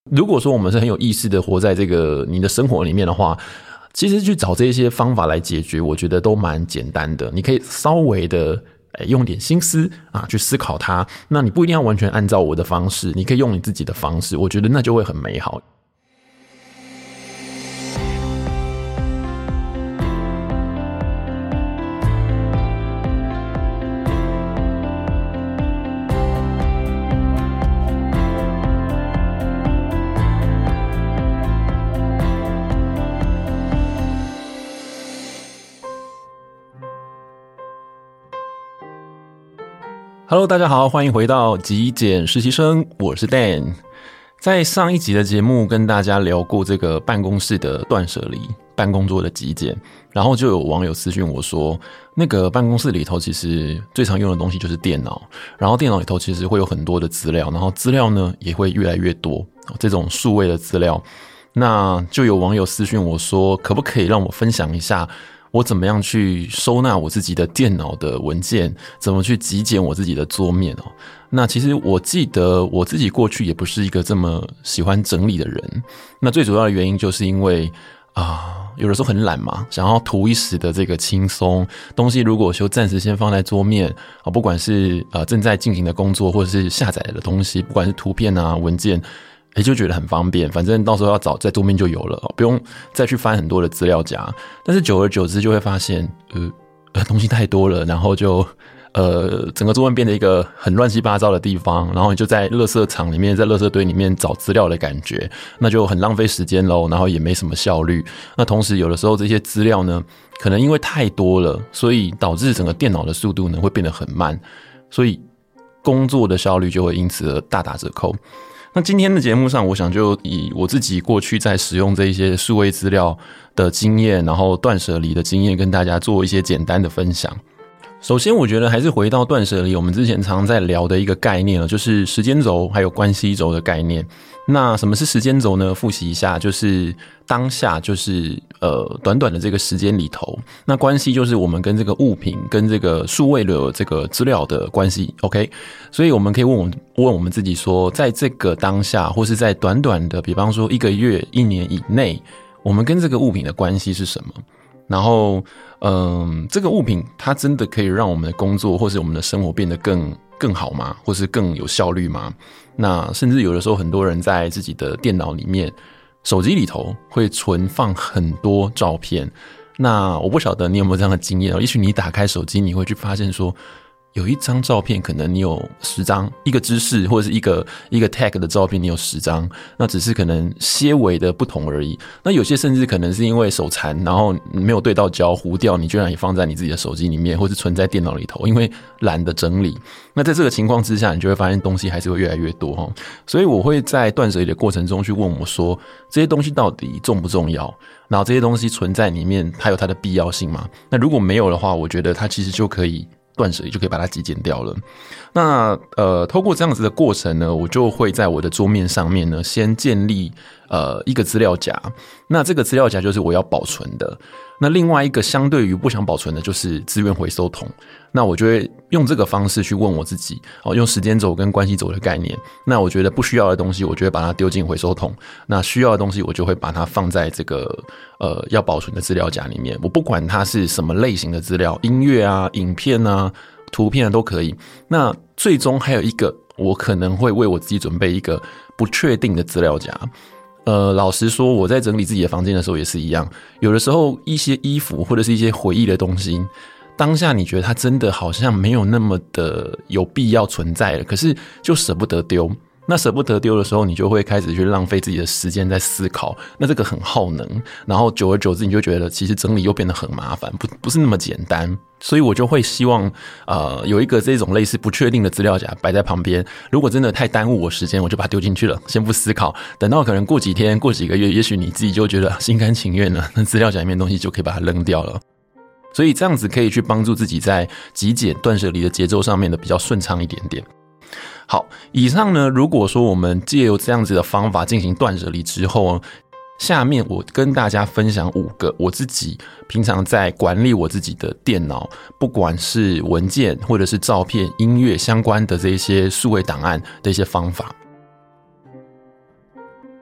如果说我们是很有意识的活在这个你的生活里面的话，其实去找这些方法来解决，我觉得都蛮简单的。你可以稍微的用点心思去思考它。那你不一定要完全按照我的方式，你可以用你自己的方式，我觉得那就会很美好。Hello， 大家好，欢迎回到极简实习生，我是 Dan。在上一集的节目跟大家聊过这个办公室的断舍离，办公桌的极简，然后就有网友私讯我说，那个办公室里头其实最常用的东西就是电脑，然后电脑里头其实会有很多的资料，然后资料呢也会越来越多，这种数位的资料。那就有网友私讯我说，可不可以让我分享一下我怎么样去收纳我自己的电脑的文件，怎么去极简我自己的桌面哦。那其实我记得我自己过去也不是一个这么喜欢整理的人，那最主要的原因就是因为有的时候很懒嘛，想要图一时的这个轻松，东西如果就暂时先放在桌面不管是正在进行的工作或者是下载的东西，不管是图片文件就觉得很方便，反正到时候要找在桌面就有了，不用再去翻很多的资料夹。但是久而久之就会发现东西太多了，然后就整个桌面变得一个很乱七八糟的地方，然后你就在垃圾场里面，在垃圾堆里面找资料的感觉，那就很浪费时间咯，然后也没什么效率。那同时有的时候这些资料呢，可能因为太多了，所以导致整个电脑的速度呢会变得很慢，所以工作的效率就会因此而大打折扣。那今天的节目上，我想就以我自己过去在使用这一些数位资料的经验，然后断舍离的经验，跟大家做一些简单的分享。首先我觉得还是回到断舍离，我们之前常在聊的一个概念就是时间轴还有关系轴的概念。那什么是时间轴呢？复习一下，就是当下，就是短短的这个时间里头，那关系就是我们跟这个物品跟这个数位的这个资料的关系 OK。 所以我们可以问我们自己说，在这个当下或是在短短的比方说1个月1年以内，我们跟这个物品的关系是什么，然后这个物品它真的可以让我们的工作或是我们的生活变得更好吗？或是更有效率吗？那甚至有的时候很多人在自己的电脑里面手机里头会存放很多照片，那我不晓得你有没有这样的经验，也许你打开手机你会去发现说，有一张照片可能你有10张，一个知识或者是一个 tag 的照片你有10张，那只是可能些微的不同而已。那有些甚至可能是因为手残，然后没有对到焦糊掉，你居然也放在你自己的手机里面，或是存在电脑里头，因为懒得整理。那在这个情况之下，你就会发现东西还是会越来越多。所以我会在断舍离的过程中去问我说，这些东西到底重不重要，然后这些东西存在里面它有它的必要性吗？那如果没有的话，我觉得它其实就可以断舍离，就可以把它极简掉了。那透过这样子的过程呢，我就会在我的桌面上面呢，先建立一个资料夹。那这个资料夹就是我要保存的。那另外一个相对于不想保存的就是资源回收桶。那我就会用这个方式去问我自己，用时间轴跟关系轴的概念。那我觉得不需要的东西，我就会把它丢进回收桶。那需要的东西，我就会把它放在这个要保存的资料夹里面。我不管它是什么类型的资料，音乐影片图片都可以。那最终还有一个，我可能会为我自己准备一个不确定的资料夹。老实说，我在整理自己的房间的时候也是一样，有的时候一些衣服或者是一些回忆的东西，当下你觉得它真的好像没有那么的有必要存在了，可是就舍不得丢。那舍不得丢的时候，你就会开始去浪费自己的时间在思考，那这个很耗能，然后久而久之你就觉得其实整理又变得很麻烦，不是那么简单。所以我就会希望有一个这种类似不确定的资料夹摆在旁边，如果真的太耽误我时间，我就把它丢进去了，先不思考，等到可能过几天过几个月，也许你自己就觉得心甘情愿了，那资料夹里面的东西就可以把它扔掉了。所以这样子可以去帮助自己在极简断舍离的节奏上面的比较顺畅一点点。好，以上呢，如果说我们借由这样子的方法进行断舍离之后，下面我跟大家分享5个我自己平常在管理我自己的电脑，不管是文件或者是照片、音乐相关的这些数位档案的一些方法。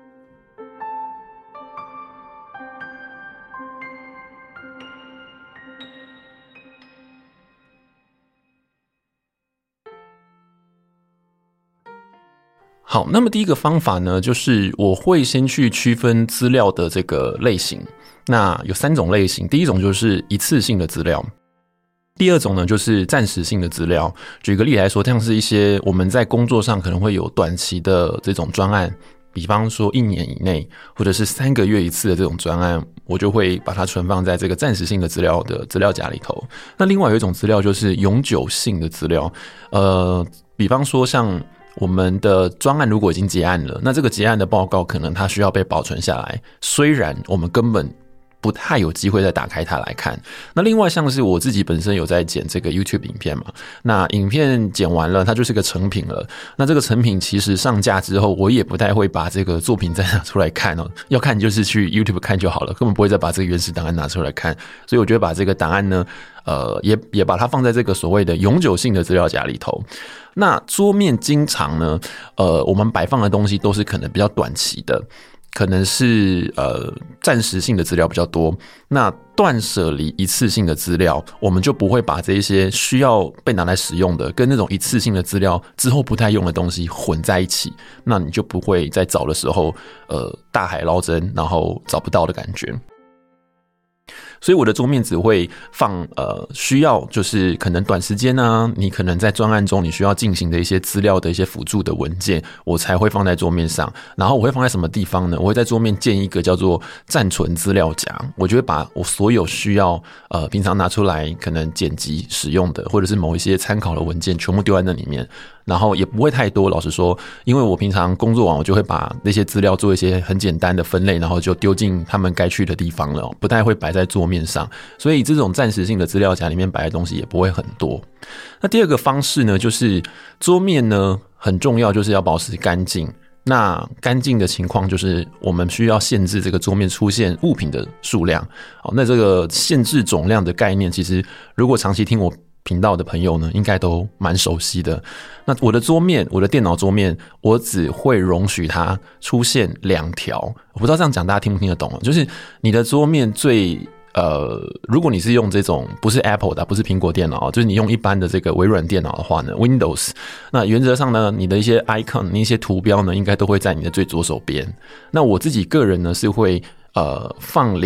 好，那么第一个方法呢，就是我会先去区分资料的这个类型。那有3种类型，第一种就是一次性的资料，第二种呢就是暂时性的资料。举个例来说，像是一些我们在工作上可能会有短期的这种专案，比方说1年以内，或者是3个月一次的这种专案，我就会把它存放在这个暂时性的资料的资料夹里头。那另外有一种资料就是永久性的资料，比方说像我们的专案如果已经结案了，那这个结案的报告可能它需要被保存下来，虽然我们根本不太有机会再打开它来看。那另外像是我自己本身有在剪这个 YouTube 影片嘛，那影片剪完了，它就是个成品了。那这个成品其实上架之后，我也不太会把这个作品再拿出来看哦，要看就是去 YouTube 看就好了，根本不会再把这个原始档案拿出来看。所以我就会把这个档案呢，也把它放在这个所谓的永久性的资料夹里头。那桌面经常呢，我们摆放的东西都是可能比较短期的，可能是暂时性的资料比较多。那断舍离一次性的资料，我们就不会把这一些需要被拿来使用的跟那种一次性的资料之后不太用的东西混在一起，那你就不会在找的时候大海捞针，然后找不到的感觉。所以我的桌面只会放需要就是可能短时间啊，你可能在专案中你需要进行的一些资料的一些辅助的文件，我才会放在桌面上。然后我会放在什么地方呢？我会在桌面建一个叫做暂存资料夹，我就会把我所有需要平常拿出来可能剪辑使用的，或者是某一些参考的文件全部丢在那里面。然后也不会太多，老实说，因为我平常工作完，我就会把那些资料做一些很简单的分类，然后就丢进他们该去的地方了，不太会摆在桌面上。所以这种暂时性的资料夹里面摆的东西也不会很多。那第二个方式呢，就是桌面呢很重要，就是要保持干净。那干净的情况就是我们需要限制这个桌面出现物品的数量。好，那这个限制总量的概念，其实如果长期听我频道的朋友呢，应该都蛮熟悉的。那我的桌面，我的电脑桌面，我只会容许它出现2条。我不知道这样讲大家听不听得懂，就是你的桌面如果你是用这种不是 Apple 的，不是苹果电脑，就是你用一般的这个微软电脑的话呢 Windows， 那原则上呢，你的一些 icon， 你一些图标呢，应该都会在你的最左手边。那我自己个人呢是会放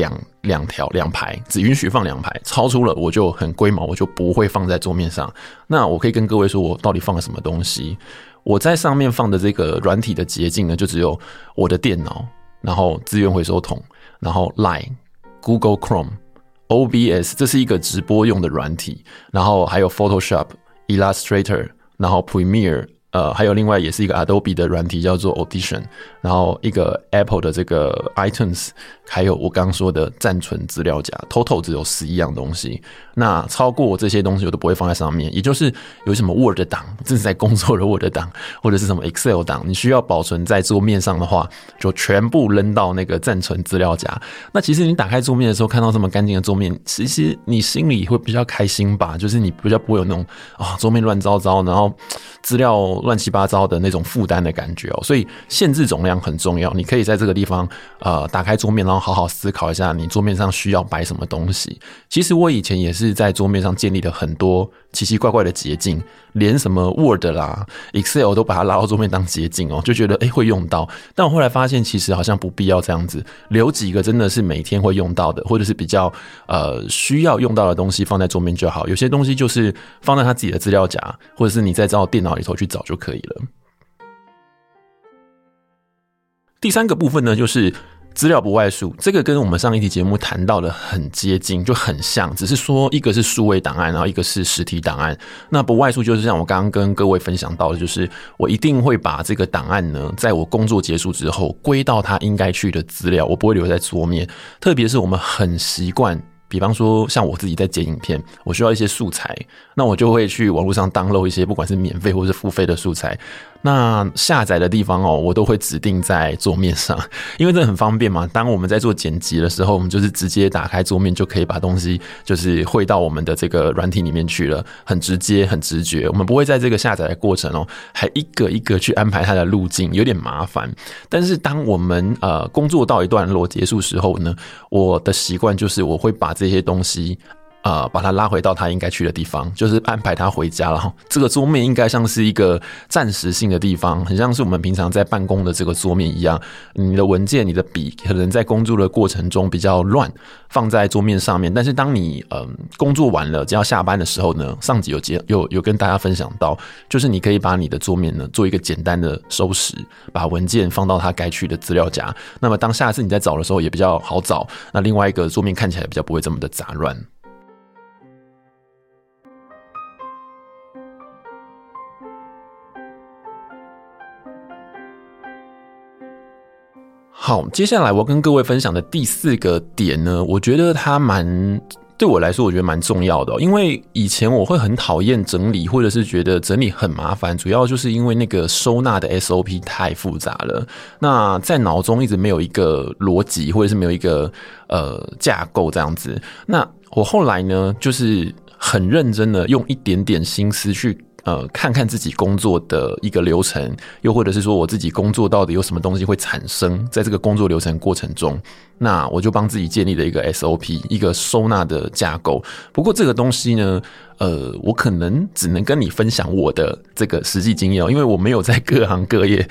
2排，只允许放2排，超出了我就很龟毛，我就不会放在桌面上。那我可以跟各位说我到底放了什么东西。我在上面放的这个软体的捷径呢，就只有我的电脑，然后资源回收桶，然后 Line、Google Chrome、OBS， 这是一个直播用的软体，然后还有 Photoshop、Illustrator， 然后 Premiere，还有另外也是一个 Adobe 的软体叫做 Audition， 然后一个 Apple 的这个 iTunes， 还有我刚刚说的暂存资料夹 ，total 只有11样东西。那超过这些东西我都不会放在上面，也就是有什么 Word 档，正在工作的 Word 档，或者是什么 Excel 档，你需要保存在桌面上的话，就全部扔到那个暂存资料夹。那其实你打开桌面的时候，看到这么干净的桌面，其实你心里会比较开心吧，就是你比较不会有那种桌面乱糟糟，然后资料乱七八糟的那种负担的感觉所以限制总量很重要。你可以在这个地方打开桌面，然后好好思考一下你桌面上需要摆什么东西。其实我以前也是在桌面上建立了很多奇奇怪怪的捷径，连什么 Word 啦 Excel 都把它拉到桌面当捷径就觉得会用到。但我后来发现其实好像不必要这样子，留几个真的是每天会用到的，或者是比较需要用到的东西放在桌面就好。有些东西就是放在他自己的资料夹，或者是你在照电脑里头去找就可以了。第3个部分呢，就是资料不外述，这个跟我们上一期节目谈到的很接近，就很像，只是说一个是数位档案，然后一个是实体档案。那不外述就是像我刚刚跟各位分享到的，就是我一定会把这个档案呢，在我工作结束之后归到它应该去的资料，我不会留在桌面。特别是我们很习惯，比方说像我自己在剪影片，我需要一些素材，那我就会去网络上 download 一些不管是免费或是付费的素材。那下载的地方我都会指定在桌面上，因为这很方便嘛。当我们在做剪辑的时候，我们就是直接打开桌面就可以把东西就是汇到我们的这个软体里面去了，很直接很直觉。我们不会在这个下载的过程还一个一个去安排它的路径，有点麻烦。但是当我们工作到一段落结束时候呢，我的习惯就是我会把这些东西把他拉回到他应该去的地方，就是安排他回家了。这个桌面应该像是一个暂时性的地方，很像是我们平常在办公的这个桌面一样。你的文件、你的笔可能在工作的过程中比较乱，放在桌面上面。但是当你工作完了，只要下班的时候呢，上集有跟大家分享到，就是你可以把你的桌面呢做一个简单的收拾，把文件放到它该去的资料夹。那么当下次你在找的时候也比较好找。那另外一个桌面看起来比较不会这么的杂乱。好，接下来我要跟各位分享的第4个点呢，我觉得它对我来说我觉得蛮重要的因为以前我会很讨厌整理，或者是觉得整理很麻烦，主要就是因为那个收纳的 SOP 太复杂了，那在脑中一直没有一个逻辑，或者是没有一个架构这样子。那我后来呢，就是很认真的用一点点心思去看看自己工作的一个流程，又或者是说我自己工作到底有什么东西会产生在这个工作流程过程中，那我就帮自己建立了一个 SOP， 一个收纳的架构。不过这个东西呢，我可能只能跟你分享我的这个实际经验因为我没有在各行各业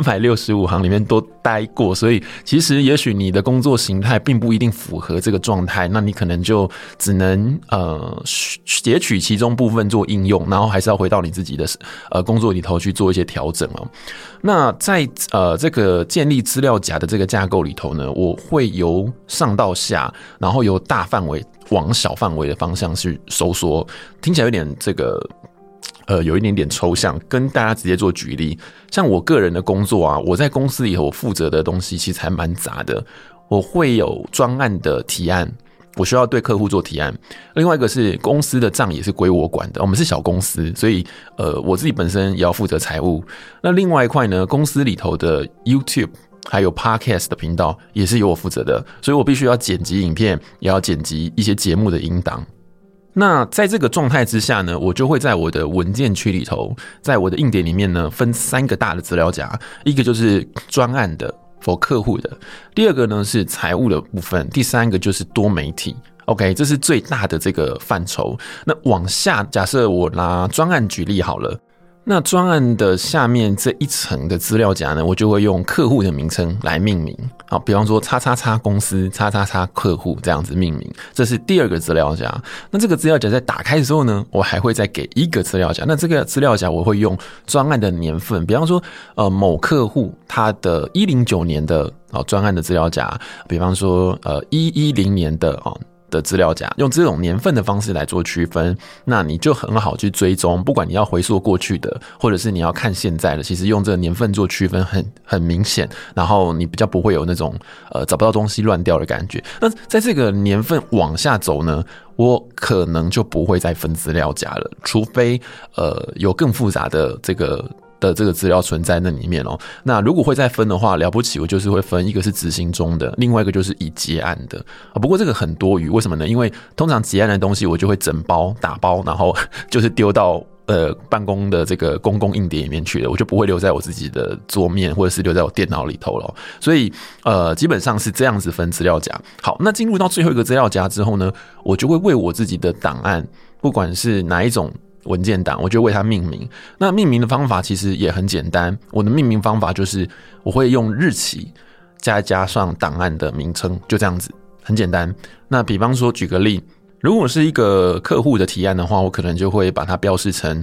365行里面都待过，所以其实也许你的工作形态并不一定符合这个状态，那你可能就只能截取其中部分做应用，然后还是要回到你自己的工作里头去做一些调整那在这个建立资料夹的这个架构里头呢，我会由上到下，然后由大范围往小范围的方向去收缩，听起来有点有一点点抽象，跟大家直接做举例。像我个人的工作啊，我在公司里头我负责的东西其实还蛮杂的，我会有专案的提案，我需要对客户做提案，另外一个是公司的账也是归我管的，我们是小公司，所以我自己本身也要负责财务。那另外一块呢，公司里头的 YouTube 还有 Podcast 的频道也是由我负责的，所以我必须要剪辑影片，也要剪辑一些节目的音档。那在这个状态之下呢，我就会在我的文件区里头，在我的硬碟里面呢，分3个大的资料夹，一个就是专案的for 客户的，第2个呢是财务的部分，第3个就是多媒体。OK， 这是最大的这个范畴。那往下，假设我拿专案举例好了，那专案的下面这一层的资料夹呢，我就会用客户的名称来命名。好，比方说XXX公司XXX客户这样子命名，这是第2个资料夹。那这个资料夹在打开的时候呢，我还会再给一个资料夹。那这个资料夹我会用专案的年份，比方说某客户他的109年的专案的资料夹，比方说110年的资料夹，用这种年份的方式来做区分，那你就很好去追踪，不管你要回溯过去的，或者是你要看现在的，其实用这个年份做区分很明显，然后你比较不会有那种找不到东西乱掉的感觉。那在这个年份往下走呢，我可能就不会再分资料夹了，除非有更复杂的这个资料存在那里面那如果会再分的话，了不起我就是会分一个是执行中的，另外一个就是已结案的不过这个很多余，为什么呢？因为通常结案的东西我就会整包打包，然后就是丢到办公的这个公共硬碟里面去了，我就不会留在我自己的桌面或者是留在我电脑里头了。所以基本上是这样子分资料夹。好，那进入到最后一个资料夹之后呢，我就会为我自己的档案，不管是哪一种文件档，我就为它命名。那命名的方法其实也很简单，我的命名方法就是我会用日期加上档案的名称，就这样子，很简单。那比方说举个例，如果是一个客户的提案的话，我可能就会把它标示成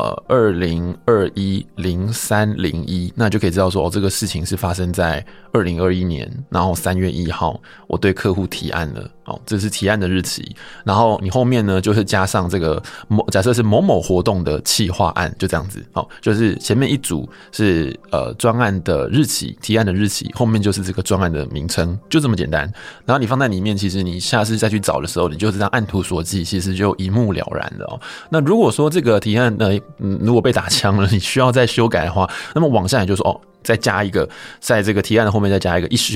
20210301，那就可以知道说这个事情是发生在2021年，然后3月1号我对客户提案了，这是提案的日期。然后你后面呢就是加上这个假设是某某活动的企划案，就这样子，就是前面一组是专案的日期，提案的日期，后面就是这个专案的名称，就这么简单。然后你放在里面，其实你下次再去找的时候，你就是这样按图索骥，其实就一目了然的那如果说这个提案如果被打枪了，你需要再修改的话，那么往下也就是说再加一个，在这个提案的后面再加一个一修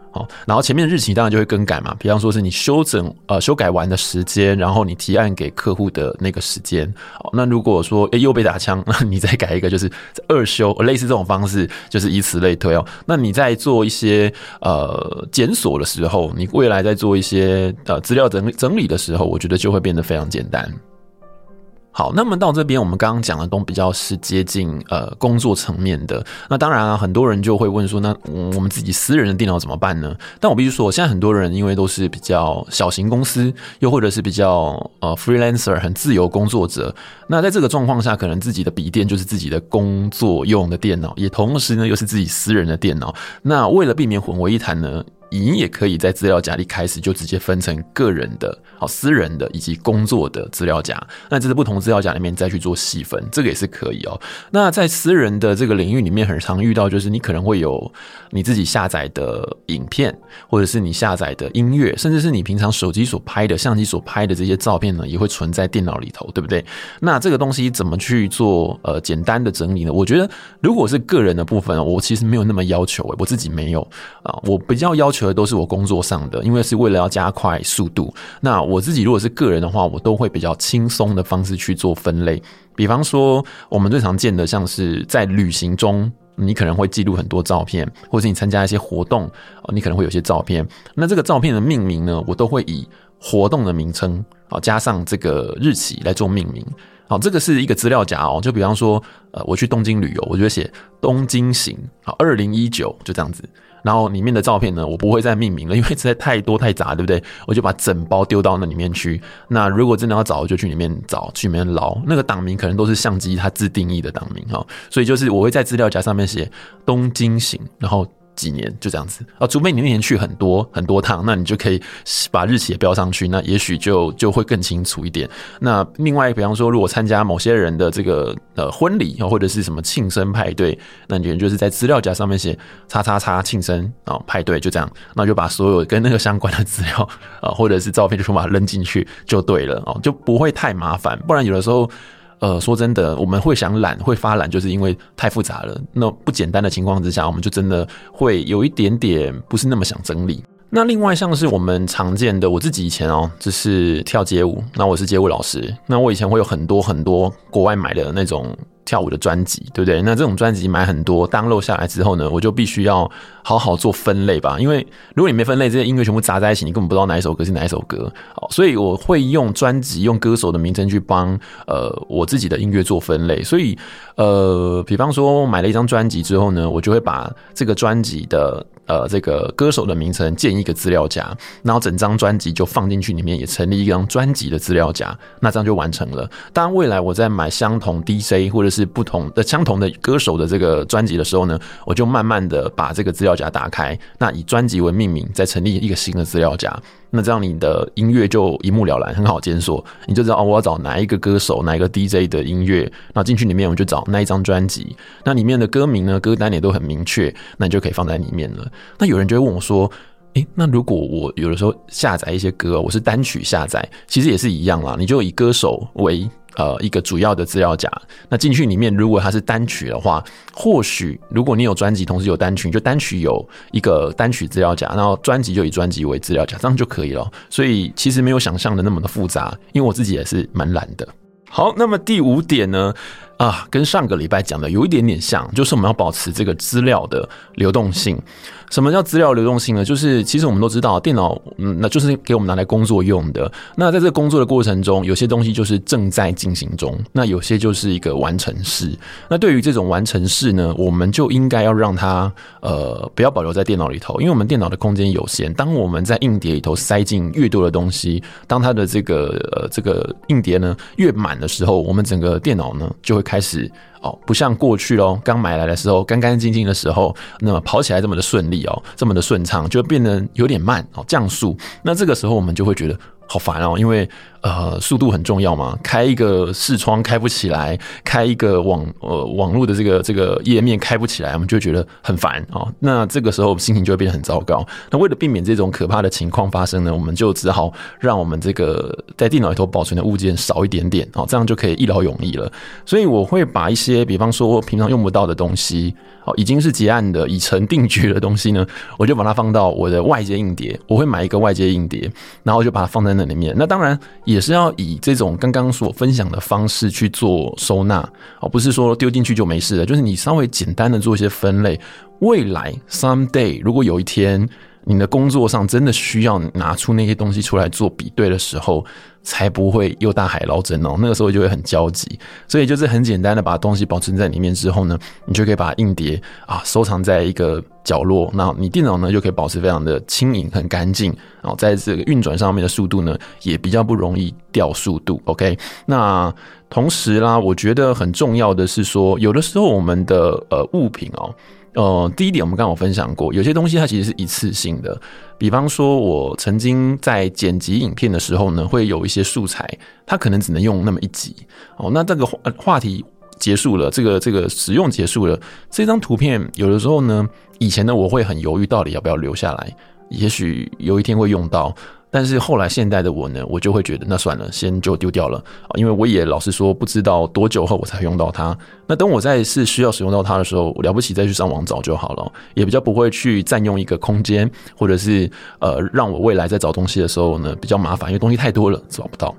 好，然后前面的日期当然就会更改嘛，比方说是你修改完的时间，然后你提案给客户的那个时间。好，那如果说又被打枪，那你再改一个就是二修，类似这种方式，就是以此类推哦。那你在做一些检索的时候，你未来在做一些资料整理的时候，我觉得就会变得非常简单。好，那么到这边我们刚刚讲的都比较是接近工作层面的。那当然很多人就会问说，那我们自己私人的电脑怎么办呢？但我必须说，现在很多人因为都是比较小型公司，又或者是比较freelancer 很自由工作者，那在这个状况下，可能自己的笔电就是自己的工作用的电脑，也同时呢又是自己私人的电脑。那为了避免混为一谈呢，你也可以在资料夹里开始就直接分成个人的、私人的以及工作的资料夹。那这是不同资料夹里面再去做细分，这个也是可以哦。那在私人的这个领域里面，很常遇到就是你可能会有你自己下载的影片，或者是你下载的音乐，甚至是你平常手机所拍的、相机所拍的这些照片呢，也会存在电脑里头，对不对？那这个东西怎么去做简单的整理呢？我觉得如果是个人的部分，我其实没有那么要求，我自己没有我比较要求的都是我工作上的，因为是为了要加快速度。那我自己如果是个人的话，我都会比较轻松的方式去做分类。比方说我们最常见的像是在旅行中，你可能会记录很多照片，或者是你参加一些活动，你可能会有些照片。那这个照片的命名呢，我都会以活动的名称加上这个日期来做命名。好，这个是一个资料夹哦，就比方说我去东京旅游，我就会写东京行2019就这样子。然后里面的照片呢，我不会再命名了，因为实在太多太杂，对不对？我就把整包丢到那里面去。那如果真的要找，我就去里面找，去里面捞。那个档名可能都是相机它自定义的档名哈，所以就是我会在资料夹上面写东京行，然后几年就这样子除非你那年去很多很多趟，那你就可以把日期也标上去，那也许就会更清楚一点。那另外比方说，如果参加某些人的这个婚礼或者是什么庆生派对，那你就是在资料夹上面写叉叉叉庆生派对，就这样，那就把所有跟那个相关的资料或者是照片就把它扔进去就对了就不会太麻烦。不然有的时候说真的，我们会会发懒，就是因为太复杂了。那不简单的情况之下，我们就真的会有一点点不是那么想整理。那另外像是我们常见的，我自己以前就是跳街舞，那我是街舞老师，那我以前会有很多很多国外买的那种跳舞的专辑，对不对？那这种专辑买很多 download 下来之后呢，我就必须要好好做分类吧，因为如果你没分类，这些音乐全部杂在一起，你根本不知道哪一首歌是哪一首歌。所以我会用专辑、用歌手的名称去帮我自己的音乐做分类。所以比方说买了一张专辑之后呢，我就会把这个专辑的这个歌手的名称建一个资料夹，然后整张专辑就放进去里面，也成立一张专辑的资料夹，那这样就完成了。当然未来我在买相同 DJ 或者是不同的相同的歌手的这个专辑的时候呢，我就慢慢的把这个资料夹打开，那以专辑为命名，再成立一个新的资料夹。那这样你的音乐就一目了然，很好检索，你就知道我要找哪一个歌手、哪一个 DJ 的音乐，然后进去里面我就找那一张专辑，那里面的歌名呢、歌单也都很明确，那你就可以放在里面了。那有人就会问我说，那如果我有的时候下载一些歌，我是单曲下载，其实也是一样啦，你就以歌手为一个主要的资料夹，那进去里面如果它是单曲的话，或许如果你有专辑同时有单曲，你就单曲有一个单曲资料夹，然后专辑就以专辑为资料夹，这样就可以了。所以其实没有想象的那么的复杂，因为我自己也是蛮懒的。好，那么第5点呢跟上个礼拜讲的有一点点像，就是我们要保持这个资料的流动性。什么叫资料流动性呢？就是其实我们都知道电脑那就是给我们拿来工作用的，那在这个工作的过程中，有些东西就是正在进行中，那有些就是一个完成式。那对于这种完成式呢，我们就应该要让它不要保留在电脑里头，因为我们电脑的空间有限，当我们在硬碟里头塞进越多的东西，当它的这个硬碟呢越满的时候，我们整个电脑呢就会开始不像过去刚买来的时候干干净净的时候，那么跑起来这么的顺利这么的顺畅，就变得有点慢降速。那这个时候我们就会觉得好烦哦，因为速度很重要嘛，开一个视窗开不起来，开一个网络的这个页面开不起来，我们就会觉得很烦哦。那这个时候心情就会变得很糟糕。那为了避免这种可怕的情况发生呢，我们就只好让我们这个在电脑里头保存的物件少一点点哦，这样就可以一劳永逸了。所以我会把一些比方说平常用不到的东西，已经是结案的已成定局的东西呢，我就把它放到我的外接硬碟，我会买一个外接硬碟，然后就把它放在那里面。那当然也是要以这种刚刚所分享的方式去做收纳，不是说丢进去就没事了，就是你稍微简单的做一些分类。未来 someday 如果有一天你的工作上真的需要拿出那些东西出来做比对的时候，才不会又大海捞针哦，那个时候就会很焦急。所以就是很简单的把东西保存在里面之后呢，你就可以把硬碟收藏在一个角落，那你电脑呢就可以保持非常的轻盈很干净，然后在这个运转上面的速度呢也比较不容易掉速度。 OK， 那同时啦，我觉得很重要的是说，有的时候我们的物品第一点我们刚刚有分享过，有些东西它其实是一次性的，比方说我曾经在剪辑影片的时候呢，会有一些素材它可能只能用那么一集那这个话题结束了，这个使用结束了，这张图片有的时候呢，以前呢我会很犹豫到底要不要留下来，也许有一天会用到，但是后来现代的我呢，我就会觉得那算了，先就丢掉了，因为我也老实说不知道多久后我才会用到它。那等我再是需要使用到它的时候，了不起再去上网找就好了，也比较不会去占用一个空间，或者是让我未来在找东西的时候呢比较麻烦，因为东西太多了找不到。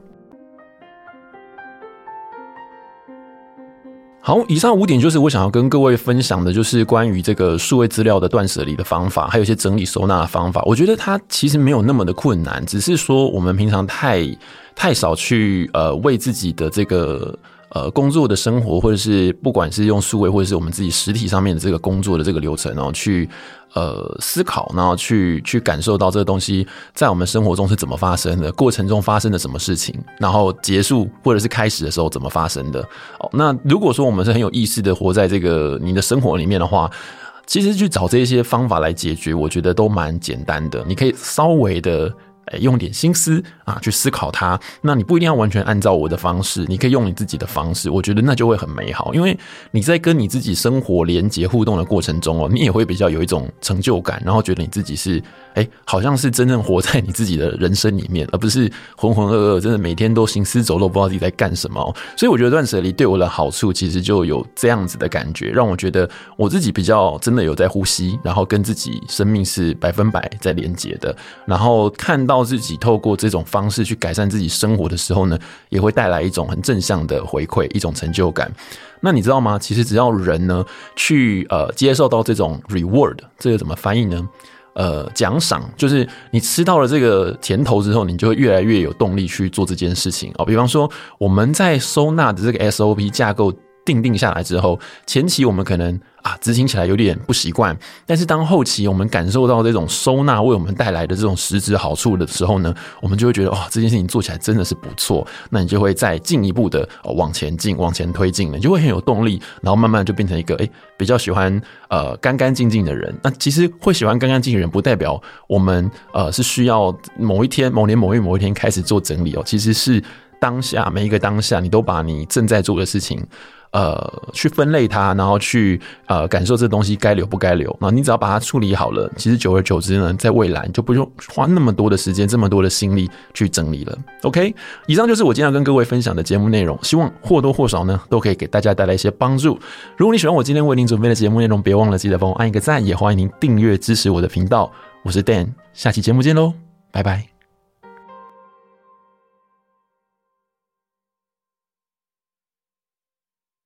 好，以上5点就是我想要跟各位分享的，就是关于这个数位资料的断舍离的方法，还有一些整理收纳的方法。我觉得它其实没有那么的困难，只是说我们平常太少去为自己的这个工作的生活，或者是不管是用数位或者是我们自己实体上面的这个工作的这个流程去思考，然后去感受到这个东西在我们生活中是怎么发生的，过程中发生了什么事情，然后结束或者是开始的时候怎么发生的。那如果说我们是很有意识的活在这个你的生活里面的话，其实去找这些方法来解决，我觉得都蛮简单的。你可以稍微的用点心思去思考它，那你不一定要完全按照我的方式，你可以用你自己的方式，我觉得那就会很美好。因为你在跟你自己生活连结互动的过程中你也会比较有一种成就感，然后觉得你自己是好像是真正活在你自己的人生里面，而不是浑浑噩噩真的每天都行尸走肉，不知道自己在干什么。所以我觉得断舍离对我的好处其实就有这样子的感觉，让我觉得我自己比较真的有在呼吸，然后跟自己生命是100%在连结的，然后看到自己透过这种方式去改善自己生活的时候呢，也会带来一种很正向的回馈，一种成就感。那你知道吗？其实只要人呢去接受到这种 reward， 这个怎么翻译呢？奖赏，就是你吃到了这个甜头之后，你就会越来越有动力去做这件事情比方说我们在收纳的这个 SOP 架构定下来之后，前期我们可能执行起来有点不习惯，但是当后期我们感受到这种收纳为我们带来的这种实质好处的时候呢，我们就会觉得这件事情做起来真的是不错，那你就会再进一步的往前进，往前推进，你就会很有动力，然后慢慢就变成一个比较喜欢干干净净的人。那其实会喜欢干干净净的人，不代表我们是需要某一天某年某月某一天开始做整理其实是当下每一个当下，你都把你正在做的事情去分类它，然后去感受这东西该留不该留，然后你只要把它处理好了，其实久而久之呢，在未来你就不用花那么多的时间这么多的心力去整理了。 OK， 以上就是我今天要跟各位分享的节目内容，希望或多或少呢都可以给大家带来一些帮助。如果你喜欢我今天为您准备的节目内容，别忘了记得帮我按一个赞，也欢迎您订阅支持我的频道。我是 Dan， 下期节目见咯，拜拜。